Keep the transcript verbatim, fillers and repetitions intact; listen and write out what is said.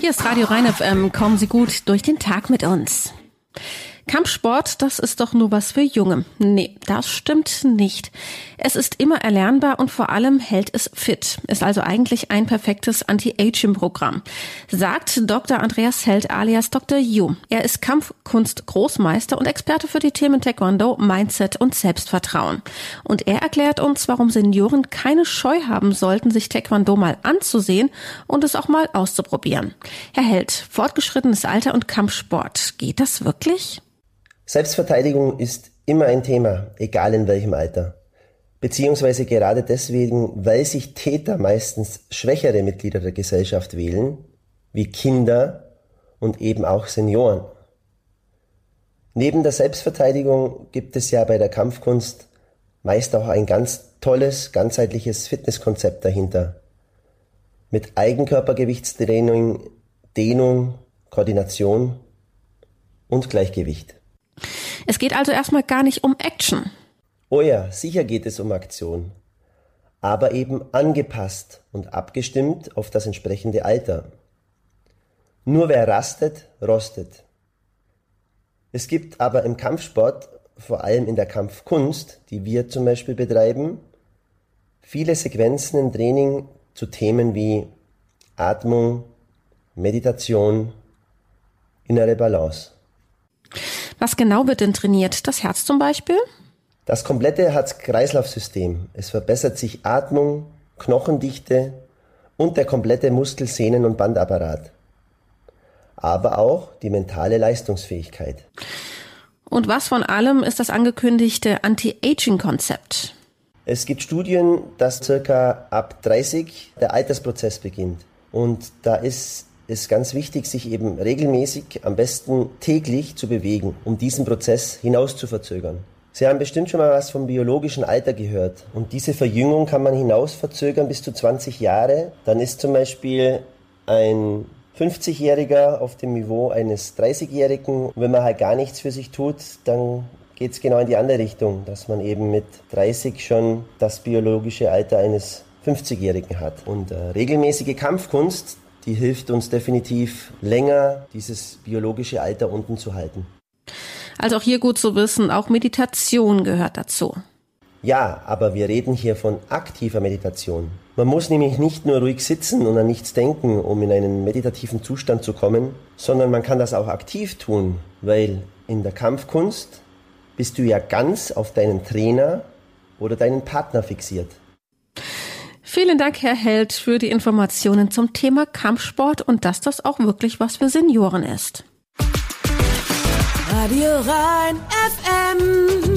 Hier ist Radio Rhein F M. Kommen Sie gut durch den Tag mit uns. Kampfsport, das ist doch nur was für Junge. Nee, das stimmt nicht. Es ist immer erlernbar und vor allem hält es fit. Ist also eigentlich ein perfektes Anti-Aging-Programm, sagt Doktor Andreas Held alias Doktor Yu. Er ist Kampfkunst-Großmeister und Experte für die Themen Taekwondo, Mindset und Selbstvertrauen. Und er erklärt uns, warum Senioren keine Scheu haben sollten, sich Taekwondo mal anzusehen und es auch mal auszuprobieren. Herr Held, fortgeschrittenes Alter und Kampfsport, geht das wirklich? Selbstverteidigung ist immer ein Thema, egal in welchem Alter. Beziehungsweise gerade deswegen, weil sich Täter meistens schwächere Mitglieder der Gesellschaft wählen, wie Kinder und eben auch Senioren. Neben der Selbstverteidigung gibt es ja bei der Kampfkunst meist auch ein ganz tolles, ganzheitliches Fitnesskonzept dahinter. Mit Eigenkörpergewichtstraining, Dehnung, Koordination und Gleichgewicht. Es geht also erstmal gar nicht um Action. Oh ja, sicher geht es um Aktion. Aber eben angepasst und abgestimmt auf das entsprechende Alter. Nur wer rastet, rostet. Es gibt aber im Kampfsport, vor allem in der Kampfkunst, die wir zum Beispiel betreiben, viele Sequenzen im Training zu Themen wie Atmung, Meditation, innere Balance. Was genau wird denn trainiert? Das Herz zum Beispiel? Das komplette Herz-Kreislauf-System. Es verbessert sich Atmung, Knochendichte und der komplette Muskel-, Sehnen- und Bandapparat. Aber auch die mentale Leistungsfähigkeit. Und was von allem ist das angekündigte Anti-Aging-Konzept? Es gibt Studien, dass circa ab dreißig der Altersprozess beginnt. Und da ist ist ganz wichtig, sich eben regelmäßig, am besten täglich zu bewegen, um diesen Prozess hinaus zu verzögern. Sie haben bestimmt schon mal was vom biologischen Alter gehört. Und diese Verjüngung kann man hinaus verzögern bis zu zwanzig Jahre. Dann ist zum Beispiel ein fünfzigjähriger auf dem Niveau eines dreißigjährigen. Und wenn man halt gar nichts für sich tut, dann geht es genau in die andere Richtung, dass man eben mit dreißig schon das biologische Alter eines fünfzigjährigen hat. Und äh, regelmäßige Kampfkunst, die hilft uns definitiv länger, dieses biologische Alter unten zu halten. Also auch hier gut zu wissen, auch Meditation gehört dazu. Ja, aber wir reden hier von aktiver Meditation. Man muss nämlich nicht nur ruhig sitzen und an nichts denken, um in einen meditativen Zustand zu kommen, sondern man kann das auch aktiv tun, weil in der Kampfkunst bist du ja ganz auf deinen Trainer oder deinen Partner fixiert. Vielen Dank, Herr Held, für die Informationen zum Thema Kampfsport und dass das auch wirklich was für Senioren ist. Radio Rhein F M